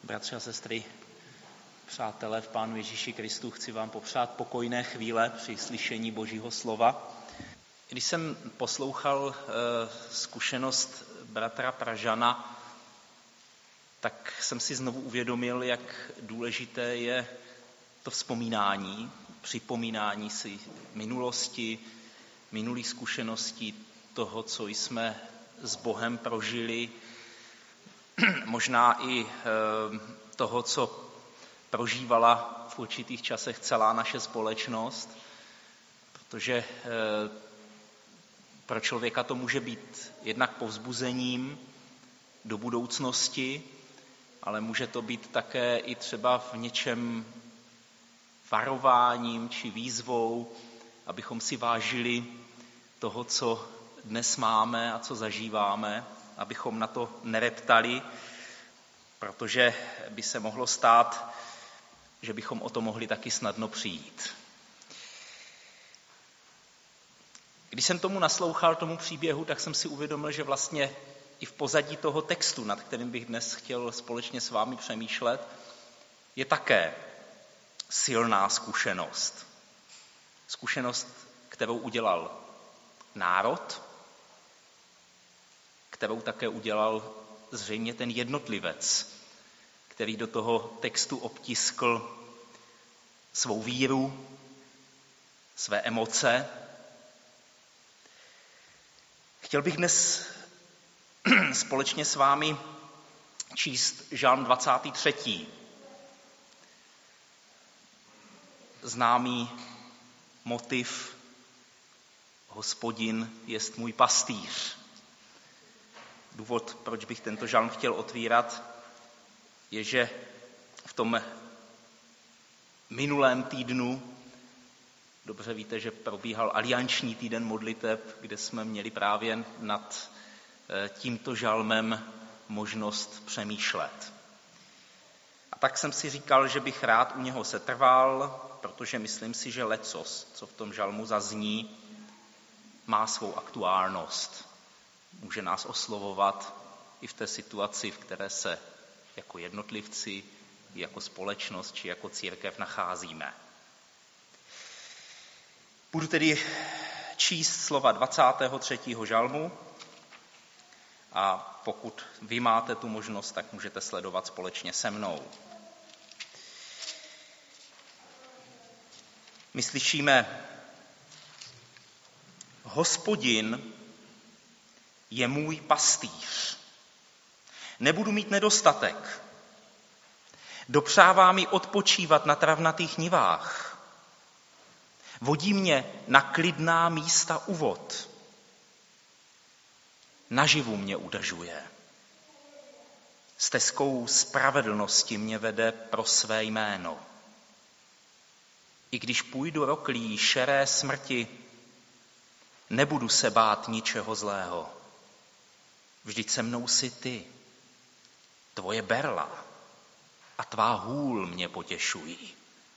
Bratři a sestry, přátelé v Pánu Ježíši Kristu, chci vám popřát pokojné chvíle při slyšení Božího slova. Když jsem poslouchal zkušenost bratra Pražana, tak jsem si znovu uvědomil, jak důležité je to vzpomínání, připomínání si minulosti, minulých zkušeností, toho, co jsme s Bohem prožili, možná i toho, co prožívala v určitých časech celá naše společnost, protože pro člověka to může být jednak povzbuzením do budoucnosti, ale může to být také i třeba v něčem varováním či výzvou, abychom si vážili toho, co dnes máme a co zažíváme, abychom na to nereptali, protože by se mohlo stát, že bychom o to mohli taky snadno přijít. Když jsem tomu naslouchal, tomu příběhu, tak jsem si uvědomil, že vlastně i v pozadí toho textu, nad kterým bych dnes chtěl společně s vámi přemýšlet, je také silná zkušenost. Zkušenost, kterou udělal národ, kterou také udělal zřejmě ten jednotlivec, který do toho textu obtiskl svou víru, své emoce. Chtěl bych dnes společně s vámi číst žálm 23. Známý motiv Hospodin jest můj pastýř. Důvod, proč bych tento žálm chtěl otvírat, je, že v tom minulém týdnu, dobře víte, že probíhal alianční týden modliteb, kde jsme měli právě nad tímto žalmem možnost přemýšlet. A tak jsem si říkal, že bych rád u něho setrval, protože myslím si, že lecos, co v tom žalmu zazní, má svou aktuálnost. Může nás oslovovat i v té situaci, v které se jako jednotlivci, jako společnost či jako církev nacházíme. Budu tedy číst slova 23. žalmu a pokud vy máte tu možnost, tak můžete sledovat společně se mnou. My slyšíme: Hospodin je můj pastýř. Nebudu mít nedostatek. Dopřává mi odpočívat na travnatých nivách. Vodí mě na klidná místa u vod. Naživu mě udržuje. Stezkou spravedlnosti mě vede pro své jméno. I když půjdu roklí šeré smrti, nebudu se bát ničeho zlého. Vždyť se mnou jsi ty. Tvoje berla a tvá hůl mě potěšují.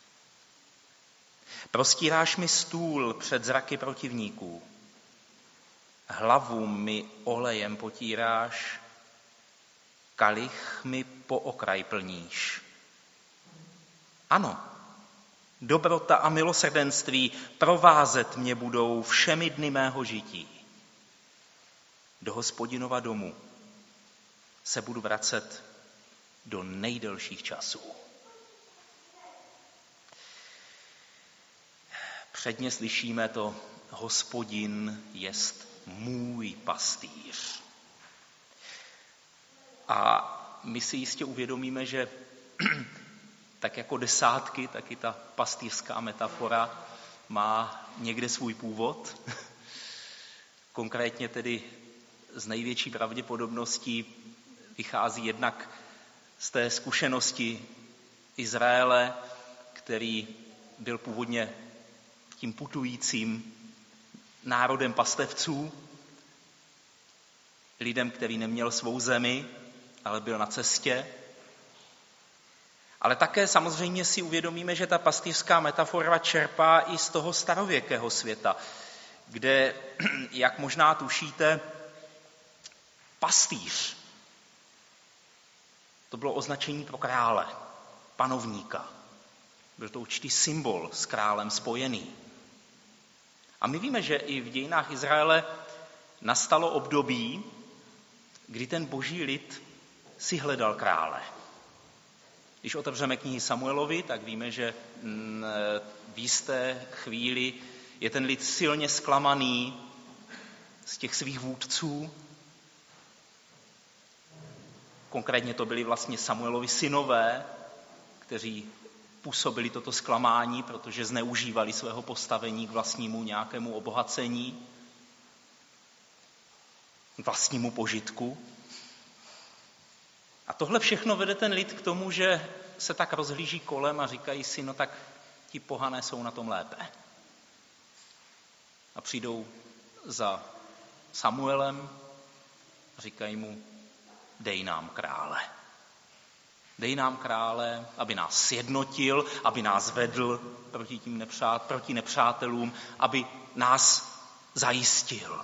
Prostíráš mi stůl před zraky protivníků. Hlavu mi olejem potíráš, kalich mi po okraj plníš. Ano, dobrota a milosrdenství provázet mě budou všemi dny mého žití. Do Hospodinova domu se budu vracet do nejdelších časů. Předně slyšíme to: Hospodin jest můj pastýř. A my si jistě uvědomíme, že tak jako desátky, tak i ta pastýřská metafora má někde svůj původ. Konkrétně tedy z největší pravděpodobností vychází jednak z té zkušenosti Izraele, který byl původně tím putujícím národem pastevců, lidem, který neměl svou zemi, ale byl na cestě. Ale také samozřejmě si uvědomíme, že ta pastýřská metafora čerpá i z toho starověkého světa, kde, jak možná tušíte, pastýř To bylo označení pro krále, panovníka. Byl to určitý symbol s králem spojený. A my víme, že i v dějinách Izraele nastalo období, kdy ten boží lid si hledal krále. Když otevřeme knihy Samuelovi, tak víme, že v jisté chvíli je ten lid silně zklamaný z těch svých vůdců. Konkrétně to byli vlastně Samuelovi synové, kteří působili toto zklamání, protože zneužívali svého postavení k vlastnímu nějakému obohacení, k vlastnímu požitku. A tohle všechno vede ten lid k tomu, že se tak rozhlíží kolem a říkají si, no tak ti pohané jsou na tom lépe. A přijdou za Samuelem a říkají mu, dej nám krále. Dej nám krále, aby nás sjednotil, aby nás vedl proti nepřátelům, aby nás zajistil.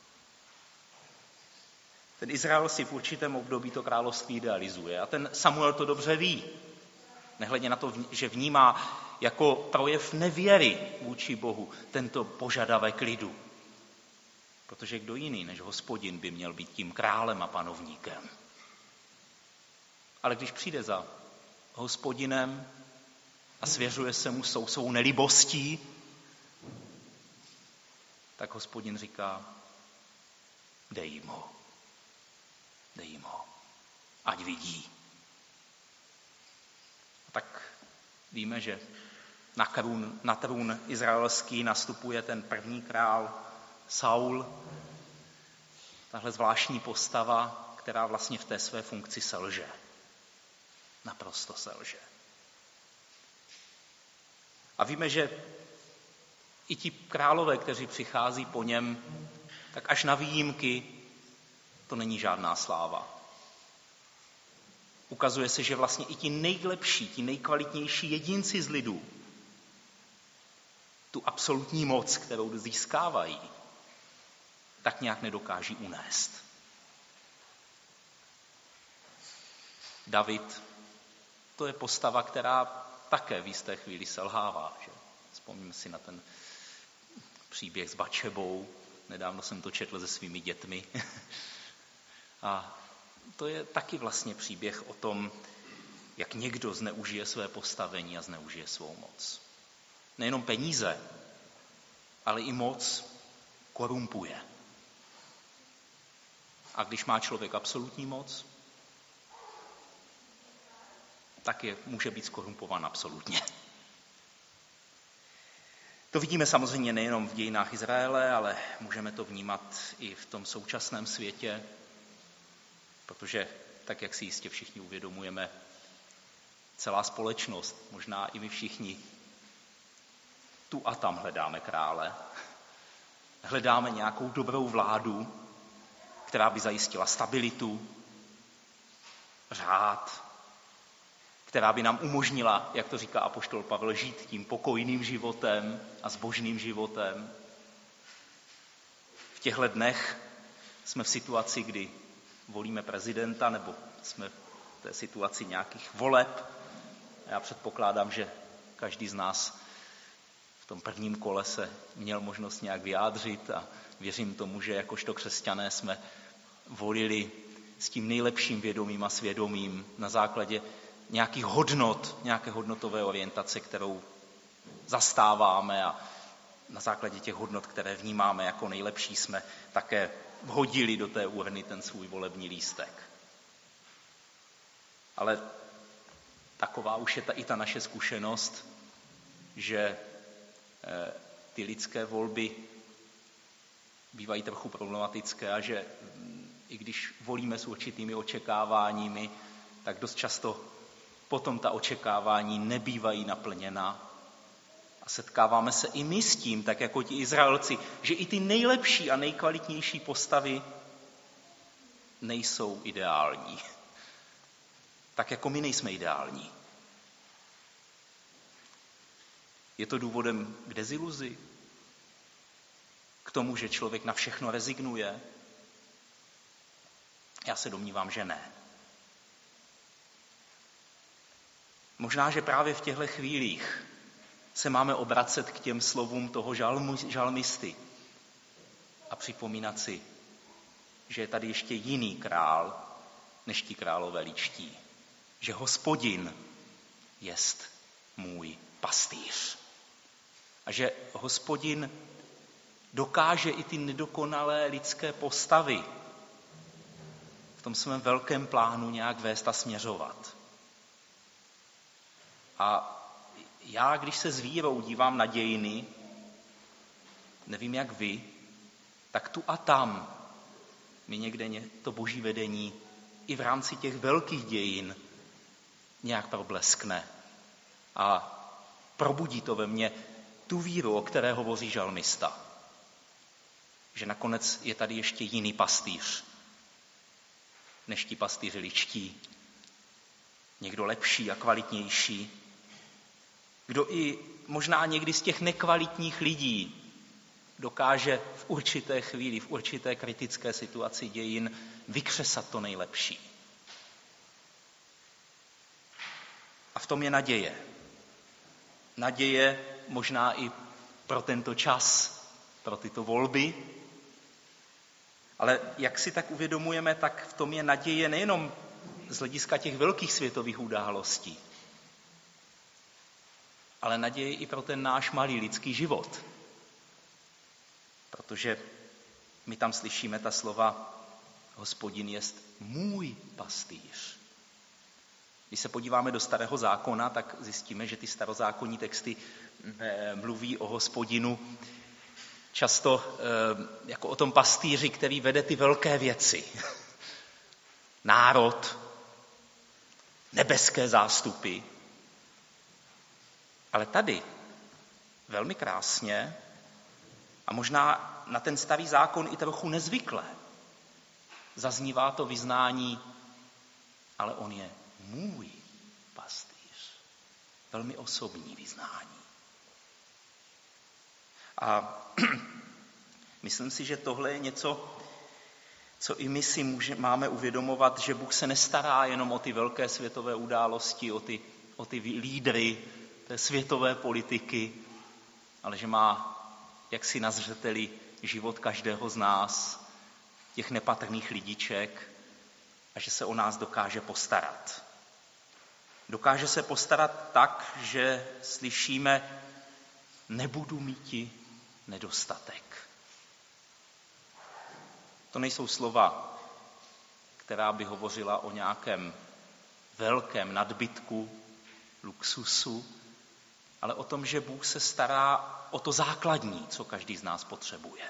Ten Izrael si v určitém období to království idealizuje a ten Samuel to dobře ví. Nehledě na to, že vnímá jako projev nevěry vůči Bohu tento požadavek lidu. Protože kdo jiný než Hospodin by měl být tím králem a panovníkem. Ale když přijde za Hospodinem a svěřuje se mu svou nelibostí, tak Hospodin říká, dej jim ho, ať vidí. A tak víme, že na trůn izraelský nastupuje ten první král Saul, tahle zvláštní postava, která vlastně v té své funkci selže. Naprosto selže. A víme, že i ti králové, kteří přichází po něm, tak až na výjimky to není žádná sláva. Ukazuje se, že vlastně i ti nejlepší, ti nejkvalitnější jedinci z lidu tu absolutní moc, kterou získávají, tak nějak nedokáží unést. David, to je postava, která také v jisté chvíli selhává. Že? Vzpomním si na ten příběh s Batšebou. Nedávno jsem to četl se svými dětmi. A to je taky vlastně příběh o tom, jak někdo zneužije své postavení a zneužije svou moc. Nejenom peníze, ale i moc korumpuje. A když má člověk absolutní moc, tak může být zkorumpován absolutně. To vidíme samozřejmě nejenom v dějinách Izraele, ale můžeme to vnímat i v tom současném světě, protože, tak jak si jistě všichni uvědomujeme, celá společnost, možná i my všichni, tu a tam hledáme krále. Hledáme nějakou dobrou vládu, která by zajistila stabilitu, řád, která by nám umožnila, jak to říká apoštol Pavel, žít tím pokojným životem a zbožným životem. V těchto dnech jsme v situaci, kdy volíme prezidenta, nebo jsme v té situaci nějakých voleb. Já předpokládám, že každý z nás v tom prvním kole se měl možnost nějak vyjádřit a věřím tomu, že jakožto křesťané jsme volili s tím nejlepším vědomím a svědomím na základě nějakých hodnot, nějaké hodnotové orientace, kterou zastáváme a na základě těch hodnot, které vnímáme jako nejlepší, jsme také vhodili do té urny ten svůj volební lístek. Ale taková už je i ta naše zkušenost, že ty lidské volby bývají trochu problematické a že i když volíme s určitými očekáváními, tak dost často potom ta očekávání nebývají naplněna. A setkáváme se i my s tím, tak jako ti Izraelci, že i ty nejlepší a nejkvalitnější postavy nejsou ideální. Tak jako my nejsme ideální. Je to důvodem k deziluzi? K tomu, že člověk na všechno rezignuje? Já se domnívám, že ne. Možná, že právě v těchto chvílích se máme obracet k těm slovům toho žalmisty a připomínat si, že je tady ještě jiný král, než ti králové ličtí. Že Hospodin jest můj pastýř. A že Hospodin dokáže i ty nedokonalé lidské postavy v tom svém velkém plánu nějak vést a směřovat. A já, když se s vírou dívám na dějiny, nevím jak vy, tak tu a tam mi někde to boží vedení i v rámci těch velkých dějin nějak probleskne. A probudí to ve mně tu víru, o které hovoří žalmista. Že nakonec je tady ještě jiný pastýř, než ti pastýři ličtí. Někdo lepší a kvalitnější. Kdo i možná někdy z těch nekvalitních lidí dokáže v určité chvíli, v určité kritické situaci dějin vykřesat to nejlepší. A v tom je naděje. Naděje možná i pro tento čas, pro tyto volby. Ale jak si tak uvědomujeme, tak v tom je naděje nejenom z hlediska těch velkých světových událostí, ale naděje i pro ten náš malý lidský život. Protože my tam slyšíme ta slova Hospodin jest můj pastýř. Když se podíváme do Starého zákona, tak zjistíme, že ty starozákonní texty mluví o Hospodinu často jako o tom pastýři, který vede ty velké věci. Národ, nebeské zástupy. Ale tady velmi krásně a možná na ten starý zákon i trochu nezvykle zaznívá to vyznání, ale on je můj pastýř. Velmi osobní vyznání. A myslím si, že tohle je něco, co i my si máme uvědomovat, že Bůh se nestará jenom o ty velké světové události, o ty lídry té světové politiky, ale že má jaksi na zřeteli život každého z nás, těch nepatrných lidiček, a že se o nás dokáže postarat. Dokáže se postarat tak, že slyšíme, nebudu míti nedostatek. To nejsou slova, která by hovořila o nějakém velkém nadbytku, luxusu, ale o tom, že Bůh se stará o to základní, co každý z nás potřebuje.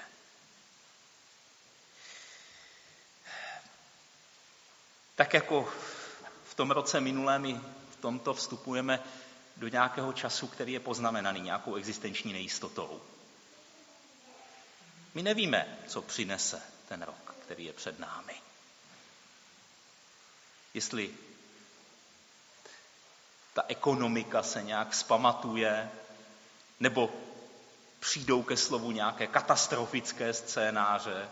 Tak jako v tom roce minulém i v tomto vstupujeme do nějakého času, který je poznamenaný nějakou existenční nejistotou. My nevíme, co přinese ten rok, který je před námi. Jestli ta ekonomika se nějak zpamatuje, nebo přijdou ke slovu nějaké katastrofické scénáře.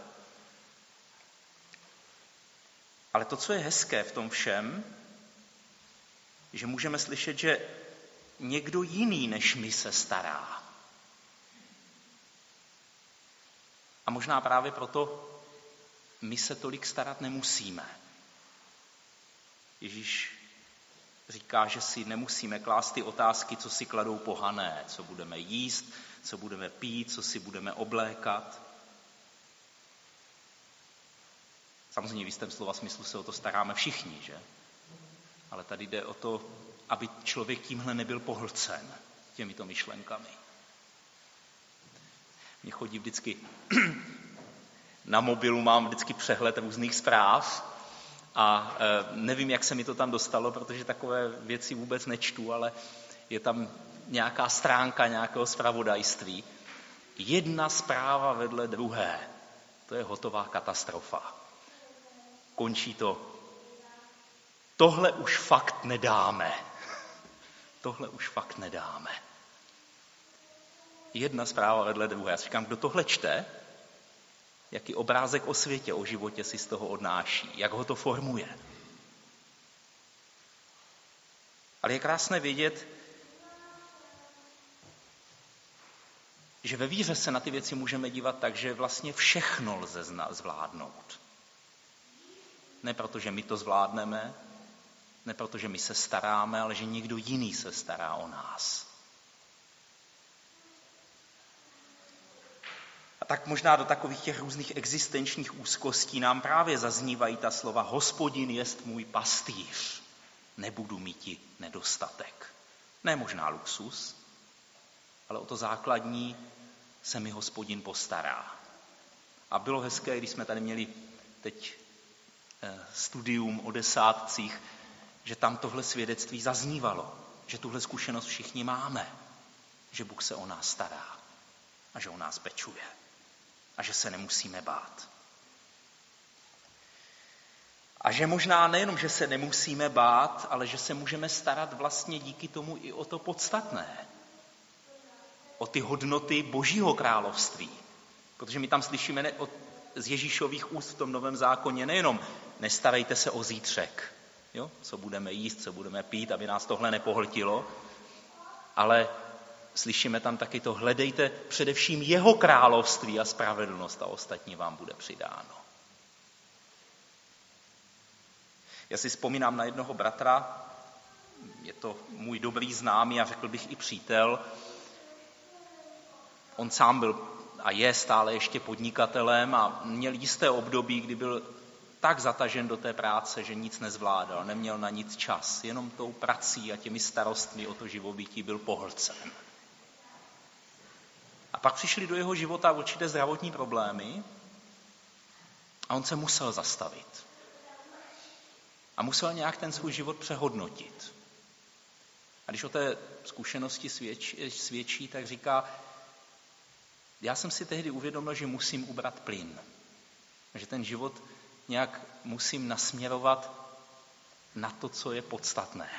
Ale to, co je hezké v tom všem, že můžeme slyšet, že někdo jiný než my se stará. A možná právě proto my se tolik starat nemusíme. Ježíš říká, že si nemusíme klást ty otázky, co si kladou pohané, co budeme jíst, co budeme pít, co si budeme oblékat. Samozřejmě v jistém slova smyslu se o to staráme všichni, že? Ale tady jde o to, aby člověk tímhle nebyl pohlcen těmito myšlenkami. Mně chodí vždycky, na mobilu mám vždycky přehled různých zpráv a nevím, jak se mi to tam dostalo, protože takové věci vůbec nečtu, ale je tam nějaká stránka nějakého zpravodajství. Jedna zpráva vedle druhé. To je hotová katastrofa. Končí to. Tohle už fakt nedáme. Tohle už fakt nedáme. Jedna zpráva vedle druhé. Já si říkám, kdo tohle čte, jaký obrázek o světě, o životě si z toho odnáší, jak ho to formuje. Ale je krásné vědět, že ve víře se na ty věci můžeme dívat tak, že vlastně všechno lze zvládnout. Ne proto, že my to zvládneme, ne proto, že my se staráme, ale že někdo jiný se stará o nás. A tak možná do takových těch různých existenčních úzkostí nám právě zaznívají ta slova Hospodin jest můj pastýř, nebudu míti nedostatek. Ne možná luxus, ale o to základní se mi Hospodin postará. A bylo hezké, když jsme tady měli teď studium o desátcích, že tam tohle svědectví zaznívalo, že tuhle zkušenost všichni máme, že Bůh se o nás stará a že o nás pečuje a že se nemusíme bát. A že možná nejenom, že se nemusíme bát, ale že se můžeme starat vlastně díky tomu i o to podstatné, o ty hodnoty Božího království. Protože my tam slyšíme z Ježíšových úst v tom Novém zákoně nejenom nestarejte se o zítřek, jo? Co budeme jíst, co budeme pít, aby nás tohle nepohltilo, ale slyšíme tam taky to, hledejte především jeho království a spravedlnost a ostatní vám bude přidáno. Já si vzpomínám na jednoho bratra, je to můj dobrý známý a řekl bych i přítel. On sám byl a je stále ještě podnikatelem a měl jisté období, kdy byl tak zatažen do té práce, že nic nezvládal, neměl na nic čas, jenom tou prací a těmi starostmi o to živobytí byl pohlcen. A pak přišly do jeho života určité zdravotní problémy a on se musel zastavit. A musel nějak ten svůj život přehodnotit. A když o té zkušenosti svědčí, tak říká, já jsem si tehdy uvědomil, že musím ubrat plyn. Že ten život nějak musím nasměrovat na to, co je podstatné.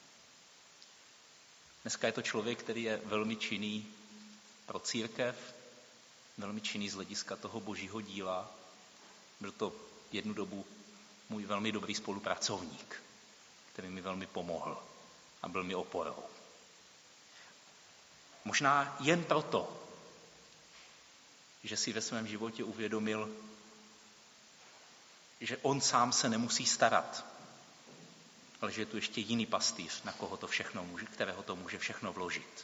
Dneska je to člověk, který je velmi činný pro církev, velmi činný z hlediska toho Božího díla. Byl to jednu dobu můj velmi dobrý spolupracovník, který mi velmi pomohl a byl mi oporou. Možná jen proto, že si ve svém životě uvědomil, že on sám se nemusí starat, ale že je tu ještě jiný pastýř, na koho to všechno může, kterého to může všechno vložit.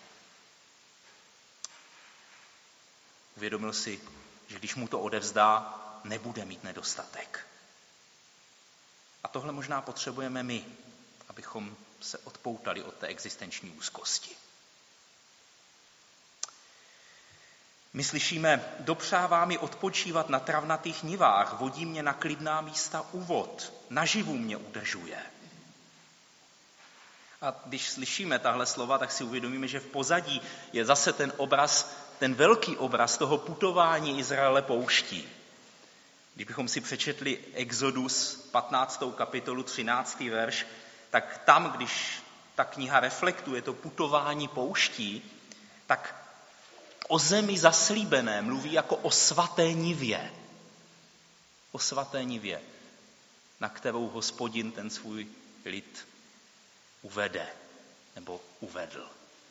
Uvědomil si, že když mu to odevzdá, nebude mít nedostatek. A tohle možná potřebujeme my, abychom se odpoutali od té existenční úzkosti. My slyšíme, dopřává mi odpočívat na travnatých nivách, vodí mě na klidná místa u vod, naživu mě udržuje. A když slyšíme tahle slova, tak si uvědomíme, že v pozadí je zase ten obraz, ten velký obraz toho putování Izraele pouští. Kdybychom si přečetli Exodus 15. kapitolu 13. verš, tak tam, když ta kniha reflektuje to putování pouští, tak o zemi zaslíbené mluví jako o svaté nivě. O svaté nivě, na kterou Hospodin ten svůj lid uvede nebo uvedl.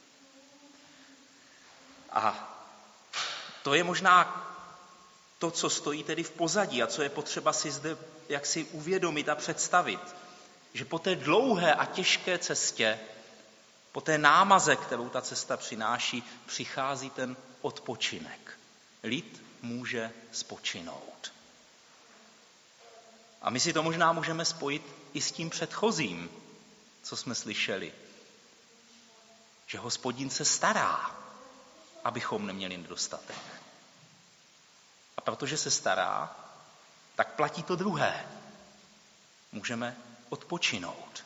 A to je možná to, co stojí tedy v pozadí a co je potřeba si zde jaksi uvědomit a představit, že po té dlouhé a těžké cestě, po té námaze, kterou ta cesta přináší, přichází ten odpočinek. Lid může spočinout. A my si to možná můžeme spojit i s tím předchozím, co jsme slyšeli. Že Hospodin se stará, abychom neměli nedostatek. A protože se stará, tak platí to druhé. Můžeme odpočinout.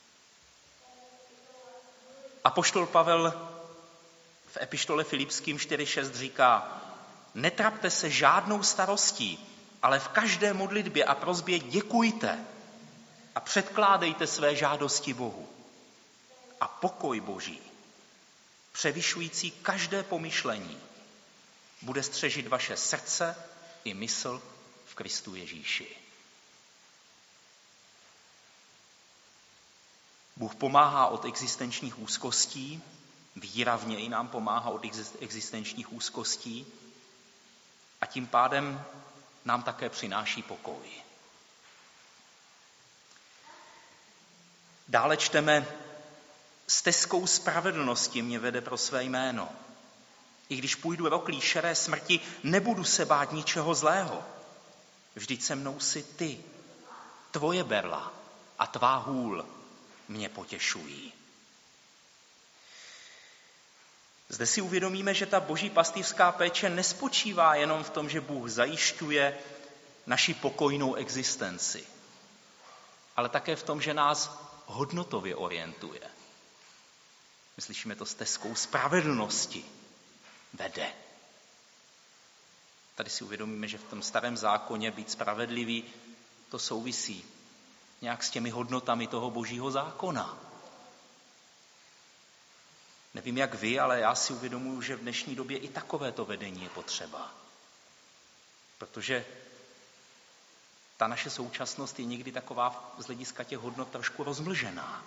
Apoštol Pavel v epištole Filipským 4.6 říká, netrapte se žádnou starostí, ale v každé modlitbě a prosbě děkujte a předkládejte své žádosti Bohu. A pokoj Boží, převyšující každé pomyšlení, bude střežit vaše srdce i mysl v Kristu Ježíši. Bůh pomáhá od existenčních úzkostí, výravněji nám pomáhá od existenčních úzkostí a tím pádem nám také přináší pokoj. Dále čteme, stezkou spravedlnosti mě vede pro své jméno. I když půjdu roklí šeré smrti, nebudu se bát ničeho zlého. Vždyť se mnou jsi ty, tvoje berla a tvá hůl mě potěšují. Zde si uvědomíme, že ta boží pastýřská péče nespočívá jenom v tom, že Bůh zajišťuje naši pokojnou existenci, ale také v tom, že nás hodnotově orientuje. My slyšíme to stezkou spravedlnosti vede. Tady si uvědomíme, že v tom starém zákoně být spravedlivý, to souvisí nějak s těmi hodnotami toho božího zákona. Nevím, jak vy, ale já si uvědomuji, že v dnešní době i takovéto vedení je potřeba. Protože ta naše současnost je někdy taková z hlediska těch hodnot trošku rozmlžená.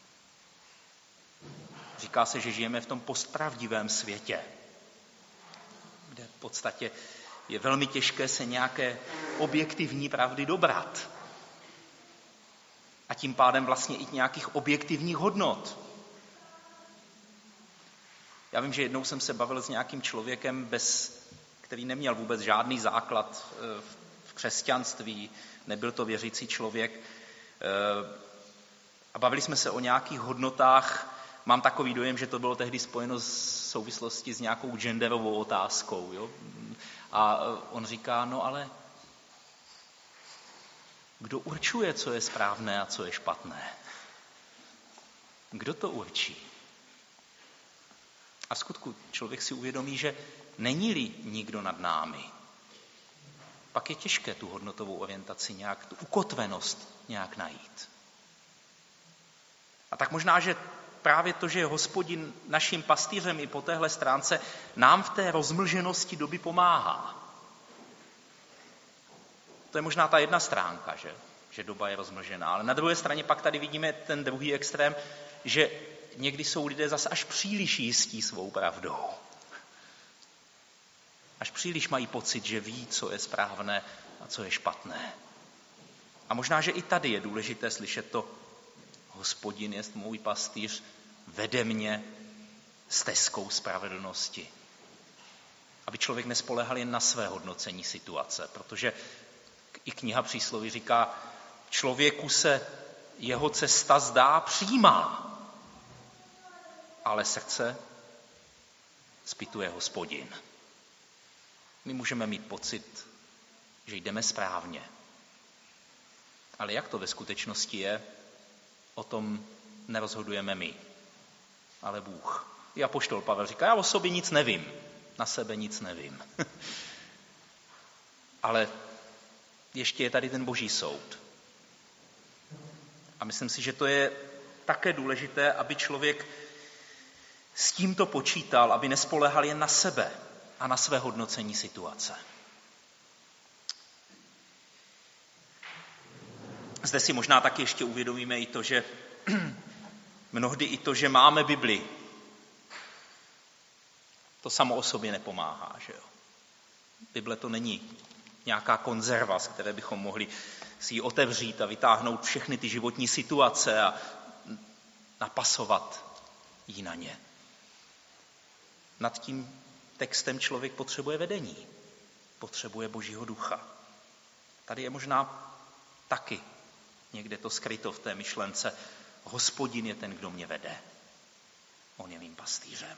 Říká se, že žijeme v tom postpravdivém světě, kde v podstatě je velmi těžké se nějaké objektivní pravdy dobrat. A tím pádem vlastně i nějakých objektivních hodnot. Já vím, že jednou jsem se bavil s nějakým člověkem, který neměl vůbec žádný základ v křesťanství, nebyl to věřící člověk. A bavili jsme se o nějakých hodnotách. Mám takový dojem, že to bylo tehdy spojeno v souvislosti s nějakou genderovou otázkou. Jo? A on říká, no ale kdo určuje, co je správné a co je špatné? Kdo to určí? A v skutku člověk si uvědomí, že není-li nikdo nad námi, pak je těžké tu hodnotovou orientaci nějak, tu ukotvenost nějak najít. A tak možná, že právě to, že je Hospodin naším pastýřem i po téhle stránce, nám v té rozmlženosti doby pomáhá. To je možná ta jedna stránka, že doba je rozmlžená. Ale na druhé straně pak tady vidíme ten druhý extrém, že někdy jsou lidé zase až příliš jistí svou pravdou. Až příliš mají pocit, že ví, co je správné a co je špatné. A možná, že i tady je důležité slyšet to, Hospodin jest můj pastýř, vede mě stezkou spravedlnosti. Aby člověk nespoléhal jen na své hodnocení situace, protože i kniha Přísloví říká, člověku se jeho cesta zdá přímá, ale srdce zpytuje Hospodin. My můžeme mít pocit, že jdeme správně. Ale jak to ve skutečnosti je, o tom nerozhodujeme my, ale Bůh. I apoštol Pavel říká, já o sobě nic nevím, na sebe nic nevím. Ale ještě je tady ten boží soud. A myslím si, že to je také důležité, aby člověk s tímto počítal, aby nespoléhal jen na sebe a na své hodnocení situace. Zde si možná taky ještě uvědomíme i to, že mnohdy i to, že máme Bibli, to samo o sobě nepomáhá. Že jo? Bible to není nějaká konzerva, z které bychom mohli si ji otevřít a vytáhnout všechny ty životní situace a napasovat ji na ně. Nad tím textem člověk potřebuje vedení, potřebuje Božího ducha. Tady je možná taky někde to skryto v té myšlence. Hospodin je ten, kdo mě vede. On je mým pastýřem.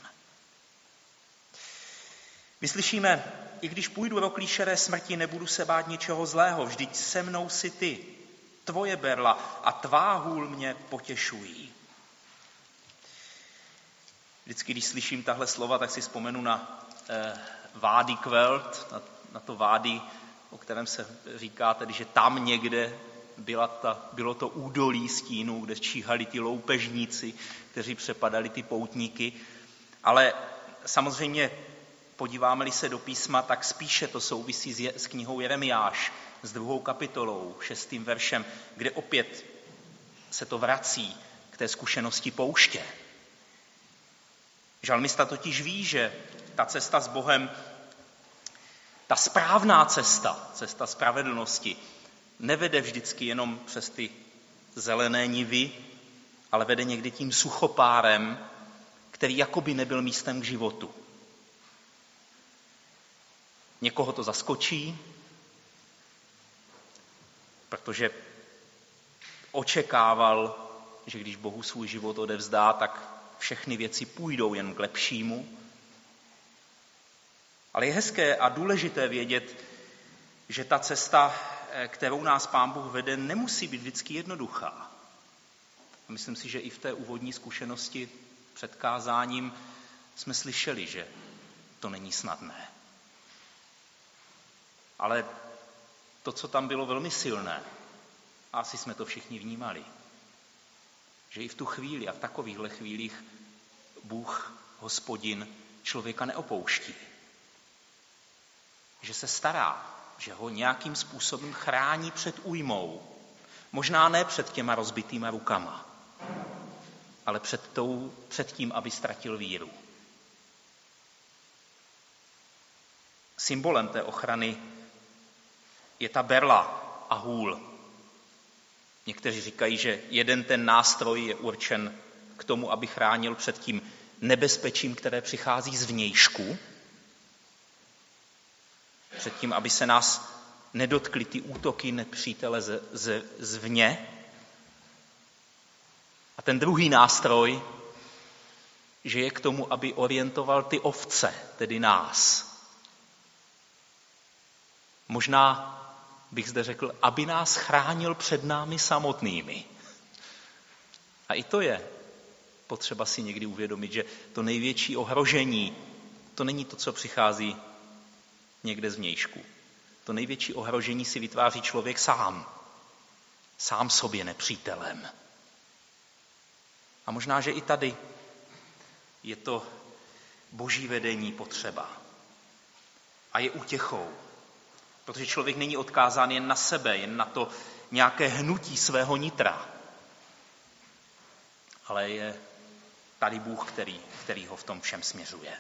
Vyslyšíme, i když půjdu roklí šeré smrti, nebudu se bát ničeho zlého. Vždyť se mnou si ty, tvoje berla a tvá hůl mě potěšují. Vždycky, když slyším tahle slova, tak si vzpomenu na Vády Kveld, na to Vády, o kterém se říká tedy, že tam někde bylo to údolí stínů, kde číhali ty loupežníci, kteří přepadali ty poutníky. Ale samozřejmě, podíváme-li se do písma, tak spíše to souvisí s knihou Jeremiáš, s 2. kapitolou, 6. veršem, kde opět se to vrací k té zkušenosti pouště. Žalmista totiž ví, že ta cesta s Bohem, ta správná cesta, cesta spravedlnosti, nevede vždycky jenom přes ty zelené nivy, ale vede někdy tím suchopárem, který jakoby nebyl místem k životu. Někoho to zaskočí, protože očekával, že když Bohu svůj život odevzdá, tak všechny věci půjdou jen k lepšímu. Ale je hezké a důležité vědět, že ta cesta, kterou nás Pán Bůh vede, nemusí být vždycky jednoduchá. A myslím si, že i v té úvodní zkušenosti před kázáním jsme slyšeli, že to není snadné. Ale to, co tam bylo velmi silné, a asi jsme to všichni vnímali, že i v tu chvíli a v takovýchhle chvílích Bůh, Hospodin, člověka neopouští. Že se stará, že ho nějakým způsobem chrání před újmou. Možná ne před těma rozbitýma rukama, ale před tím, aby ztratil víru. Symbolem té ochrany je ta berla a hůl. Někteří říkají, že jeden ten nástroj je určen k tomu, aby chránil před tím nebezpečím, které přichází zvnějšku, před tím, aby se nás nedotkly ty útoky nepřítele zvně. A ten druhý nástroj, že je k tomu, aby orientoval ty ovce, tedy nás. Možná bych zde řekl, aby nás chránil před námi samotnými. A i to je potřeba si někdy uvědomit, že to největší ohrožení, to není to, co přichází někde zvnějšku. To největší ohrožení si vytváří člověk sám sobě nepřítelem. A možná, že i tady je to boží vedení potřeba. A je útěchou. Protože člověk není odkázán jen na sebe, jen na to nějaké hnutí svého nitra. Ale je tady Bůh, který ho v tom všem směřuje.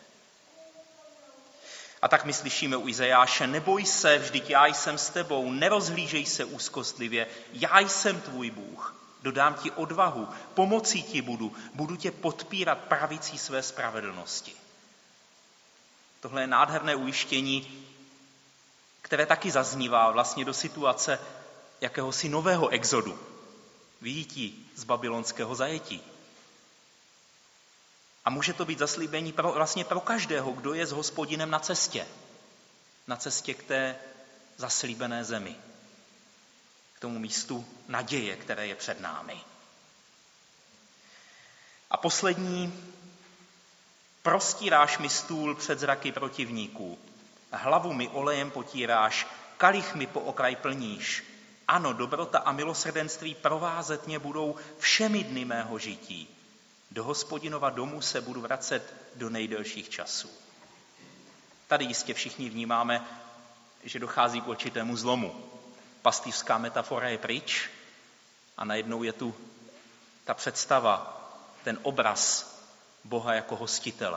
A tak my slyšíme u Izajáše, neboj se, vždyť já jsem s tebou, nerozhlížej se úzkostlivě, já jsem tvůj Bůh, dodám ti odvahu, pomocí ti budu tě podpírat pravicí své spravedlnosti. Tohle je nádherné ujištění, které taky zaznívá vlastně do situace jakéhosi nového exodu, vyjití z babylonského zajetí. A může to být zaslíbení vlastně pro každého, kdo je s Hospodinem na cestě k té zaslíbené zemi, k tomu místu naděje, které je před námi. A poslední, prostíráš mi stůl před zraky protivníků, hlavu mi olejem potíráš, kalich mi po okraj plníš. Ano, dobrota a milosrdenství provázet mě budou všemi dny mého žití. Do Hospodinova domu se budu vracet do nejdelších časů. Tady jistě všichni vnímáme, že dochází k určitému zlomu. Pastýřská metafora je pryč a najednou je tu ta představa, ten obraz Boha jako hostitele.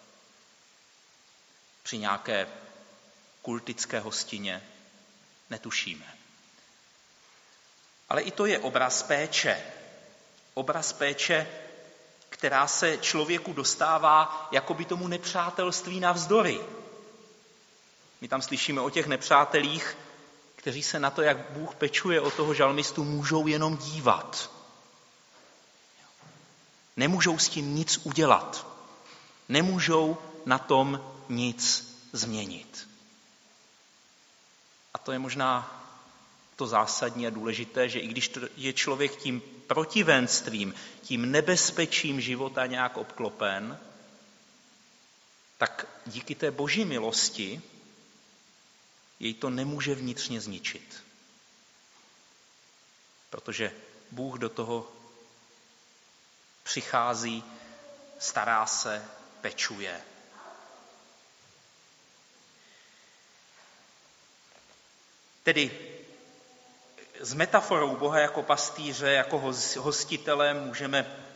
Při nějaké kultické hostině netušíme. Ale i to je obraz péče. Obraz péče, která se člověku dostává jakoby tomu nepřátelství navzdory. My tam slyšíme o těch nepřátelích, kteří se na to, jak Bůh pečuje o toho žalmistu, můžou jenom dívat. Nemůžou s tím nic udělat. Nemůžou na tom nic změnit. A to je možná to zásadní a důležité, že i když je člověk tím protivenstvím, tím nebezpečím života nějak obklopen, tak díky té boží milosti jej to nemůže vnitřně zničit. Protože Bůh do toho přichází, stará se, pečuje. Tedy s metaforou Boha jako pastýře, jako hostitele můžeme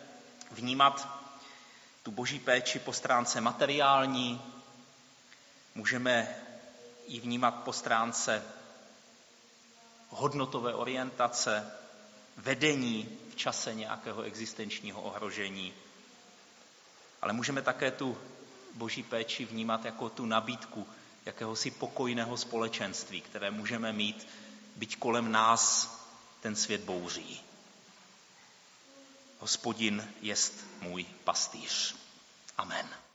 vnímat tu boží péči po stránce materiální, můžeme ji vnímat po stránce hodnotové orientace, vedení v čase nějakého existenčního ohrožení. Ale můžeme také tu boží péči vnímat jako tu nabídku jakéhosi pokojného společenství, které můžeme mít, byť kolem nás ten svět bouří. Hospodin jest můj pastýř. Amen.